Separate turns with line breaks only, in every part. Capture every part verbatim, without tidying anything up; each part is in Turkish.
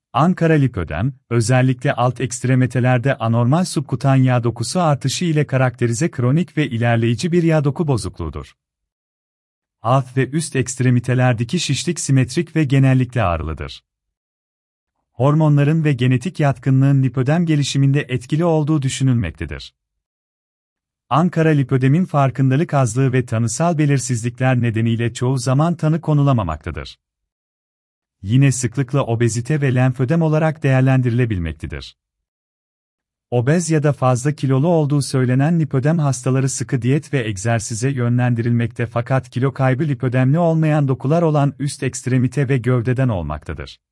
Ankara lipödem, özellikle alt ekstremetelerde anormal subkutan yağ dokusu artışı ile karakterize kronik ve ilerleyici bir yağ doku bozukluğudur. Alt ve üst ekstremitelerdeki şişlik simetrik ve genellikle ağrılıdır. Hormonların ve genetik yatkınlığın lipödem gelişiminde etkili olduğu düşünülmektedir. Ankara lipödemin farkındalık azlığı ve tanısal belirsizlikler nedeniyle çoğu zaman tanı konulamamaktadır. Yine sıklıkla obezite ve lenfödem olarak değerlendirilebilmektedir. Obez ya da fazla kilolu olduğu söylenen lipödem hastaları sıkı diyet ve egzersize yönlendirilmekte fakat kilo kaybı lipödemli olmayan dokular olan üst ekstremite ve gövdeden olmaktadır.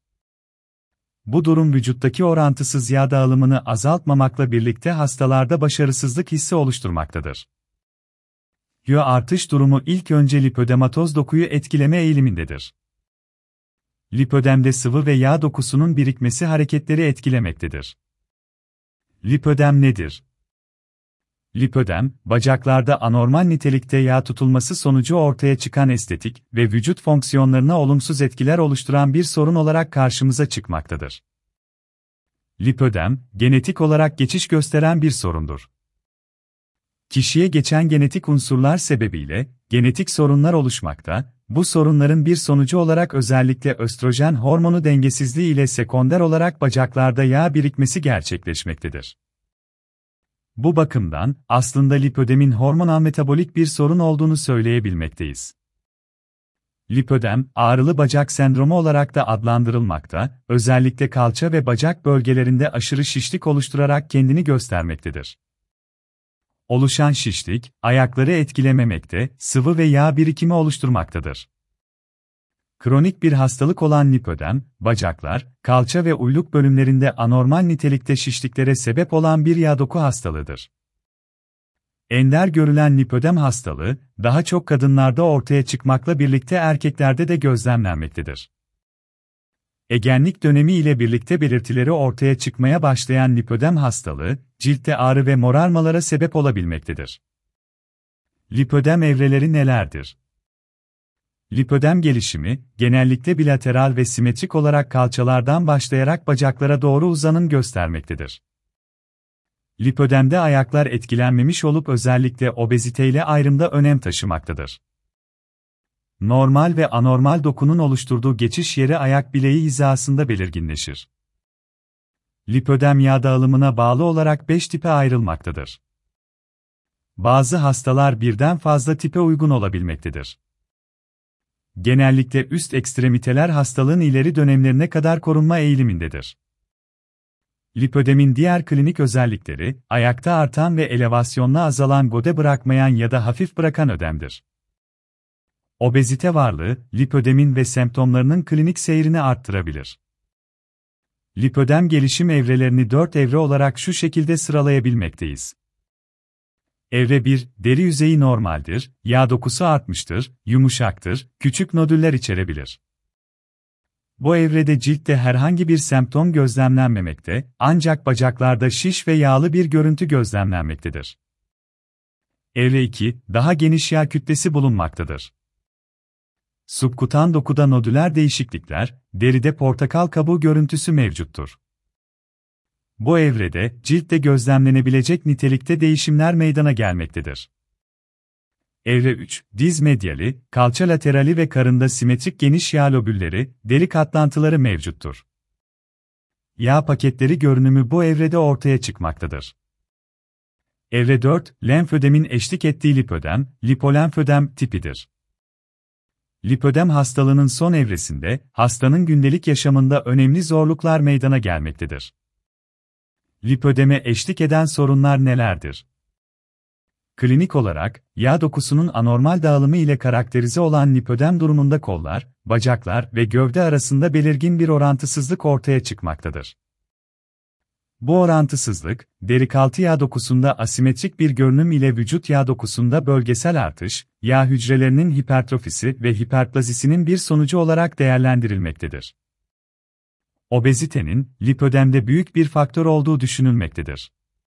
Bu durum vücuttaki orantısız yağ dağılımını azaltmamakla birlikte hastalarda başarısızlık hissi oluşturmaktadır. Yağ artış durumu ilk önce lipödematoz dokuyu etkileme eğilimindedir. Lipödemde sıvı ve yağ dokusunun birikmesi hareketleri etkilemektedir. Lipödem nedir? Lipödem, bacaklarda anormal nitelikte yağ tutulması sonucu ortaya çıkan estetik ve vücut fonksiyonlarına olumsuz etkiler oluşturan bir sorun olarak karşımıza çıkmaktadır. Lipödem, genetik olarak geçiş gösteren bir sorundur. Kişiye geçen genetik unsurlar sebebiyle genetik sorunlar oluşmakta, bu sorunların bir sonucu olarak özellikle östrojen hormonu dengesizliği ile sekonder olarak bacaklarda yağ birikmesi gerçekleşmektedir. Bu bakımdan, aslında lipödemin hormonal metabolik bir sorun olduğunu söyleyebilmekteyiz. Lipödem, ağrılı bacak sendromu olarak da adlandırılmakta, özellikle kalça ve bacak bölgelerinde aşırı şişlik oluşturarak kendini göstermektedir. Oluşan şişlik, ayakları etkilememekte, sıvı ve yağ birikimi oluşturmaktadır. Kronik bir hastalık olan lipödem, bacaklar, kalça ve uyluk bölümlerinde anormal nitelikte şişliklere sebep olan bir yağ doku hastalığıdır. Ender görülen lipödem hastalığı, daha çok kadınlarda ortaya çıkmakla birlikte erkeklerde de gözlemlenmektedir. Egenlik dönemi ile birlikte belirtileri ortaya çıkmaya başlayan lipödem hastalığı, ciltte ağrı ve morarmalara sebep olabilmektedir. Lipödem evreleri nelerdir? Lipödem gelişimi, genellikle bilateral ve simetrik olarak kalçalardan başlayarak bacaklara doğru uzanım göstermektedir. Lipödemde ayaklar etkilenmemiş olup özellikle obeziteyle ayrımda önem taşımaktadır. Normal ve anormal dokunun oluşturduğu geçiş yeri ayak bileği hizasında belirginleşir. Lipödem yağ dağılımına bağlı olarak beş tipe ayrılmaktadır. Bazı hastalar birden fazla tipe uygun olabilmektedir. Genellikle üst ekstremiteler hastalığın ileri dönemlerine kadar korunma eğilimindedir. Lipödemin diğer klinik özellikleri, ayakta artan ve elevasyonla azalan gode bırakmayan ya da hafif bırakan ödemdir. Obezite varlığı, lipödemin ve semptomlarının klinik seyrini arttırabilir. Lipödem gelişim evrelerini dört evre olarak şu şekilde sıralayabilmekteyiz. Evre bir, deri yüzeyi normaldir, yağ dokusu artmıştır, yumuşaktır, küçük nodüller içerebilir. Bu evrede ciltte herhangi bir semptom gözlemlenmemekte, ancak bacaklarda şiş ve yağlı bir görüntü gözlemlenmektedir. Evre iki, daha geniş yağ kütlesi bulunmaktadır. Subkutan dokuda nodüler değişiklikler, deride portakal kabuğu görüntüsü mevcuttur. Bu evrede, ciltte gözlemlenebilecek nitelikte değişimler meydana gelmektedir. Evre üç, diz medyali, kalça laterali ve karında simetrik geniş yağ lobülleri, deri katlantıları mevcuttur. Yağ paketleri görünümü bu evrede ortaya çıkmaktadır. Evre dört, lenfödemin eşlik ettiği lipödem, lipolenfödem tipidir. Lipödem hastalığının son evresinde, hastanın gündelik yaşamında önemli zorluklar meydana gelmektedir. Lipödeme eşlik eden sorunlar nelerdir? Klinik olarak, yağ dokusunun anormal dağılımı ile karakterize olan lipödem durumunda kollar, bacaklar ve gövde arasında belirgin bir orantısızlık ortaya çıkmaktadır. Bu orantısızlık, deri-kaltı yağ dokusunda asimetrik bir görünüm ile vücut yağ dokusunda bölgesel artış, yağ hücrelerinin hipertrofisi ve hiperplazisinin bir sonucu olarak değerlendirilmektedir. Obezitenin, lipödemde büyük bir faktör olduğu düşünülmektedir.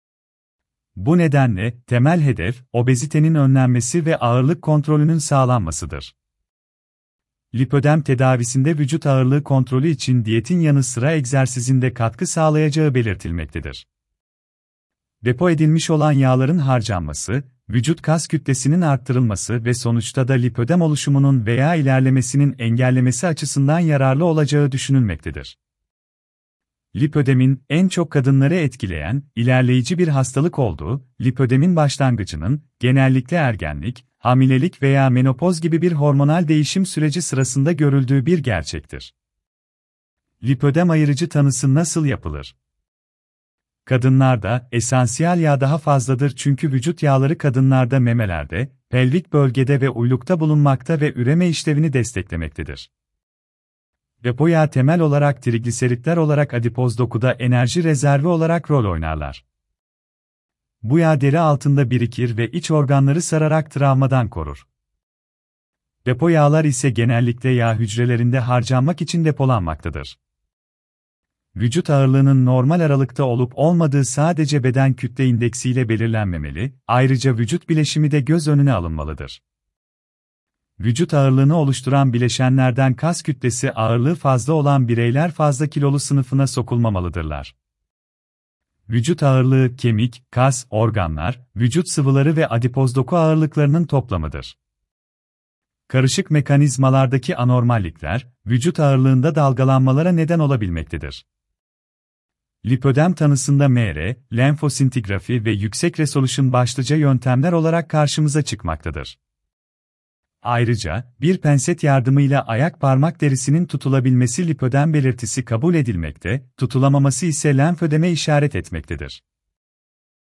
Bu nedenle, temel hedef, obezitenin önlenmesi ve ağırlık kontrolünün sağlanmasıdır. Lipödem tedavisinde vücut ağırlığı kontrolü için diyetin yanı sıra egzersizin de katkı sağlayacağı belirtilmektedir. Depo edilmiş olan yağların harcanması, vücut kas kütlesinin arttırılması ve sonuçta da lipödem oluşumunun veya ilerlemesinin engellemesi açısından yararlı olacağı düşünülmektedir. Lipödemin en çok kadınları etkileyen, ilerleyici bir hastalık olduğu, lipödemin başlangıcının, genellikle ergenlik, hamilelik veya menopoz gibi bir hormonal değişim süreci sırasında görüldüğü bir gerçektir. Lipödem ayırıcı tanısı nasıl yapılır? Kadınlarda, esansiyel yağ daha fazladır çünkü vücut yağları kadınlarda memelerde, pelvik bölgede ve uylukta bulunmakta ve üreme işlevini desteklemektedir. Depo yağ temel olarak trigliseritler olarak adipoz dokuda enerji rezervi olarak rol oynarlar. Bu yağ deri altında birikir ve iç organları sararak travmadan korur. Depo yağlar ise genellikle yağ hücrelerinde harcanmak için depolanmaktadır. Vücut ağırlığının normal aralıkta olup olmadığı sadece beden kütle indeksiyle belirlenmemeli, ayrıca vücut bileşimi de göz önüne alınmalıdır. Vücut ağırlığını oluşturan bileşenlerden kas kütlesi ağırlığı fazla olan bireyler fazla kilolu sınıfına sokulmamalıdırlar. Vücut ağırlığı kemik, kas, organlar, vücut sıvıları ve adipoz doku ağırlıklarının toplamıdır. Karışık mekanizmalardaki anormallikler, vücut ağırlığında dalgalanmalara neden olabilmektedir. Lipödem tanısında M R, lenfosintigrafi ve yüksek resolution başlıca yöntemler olarak karşımıza çıkmaktadır. Ayrıca, bir penset yardımıyla ayak parmak derisinin tutulabilmesi lipödem belirtisi kabul edilmekte, tutulamaması ise lenfödeme işaret etmektedir.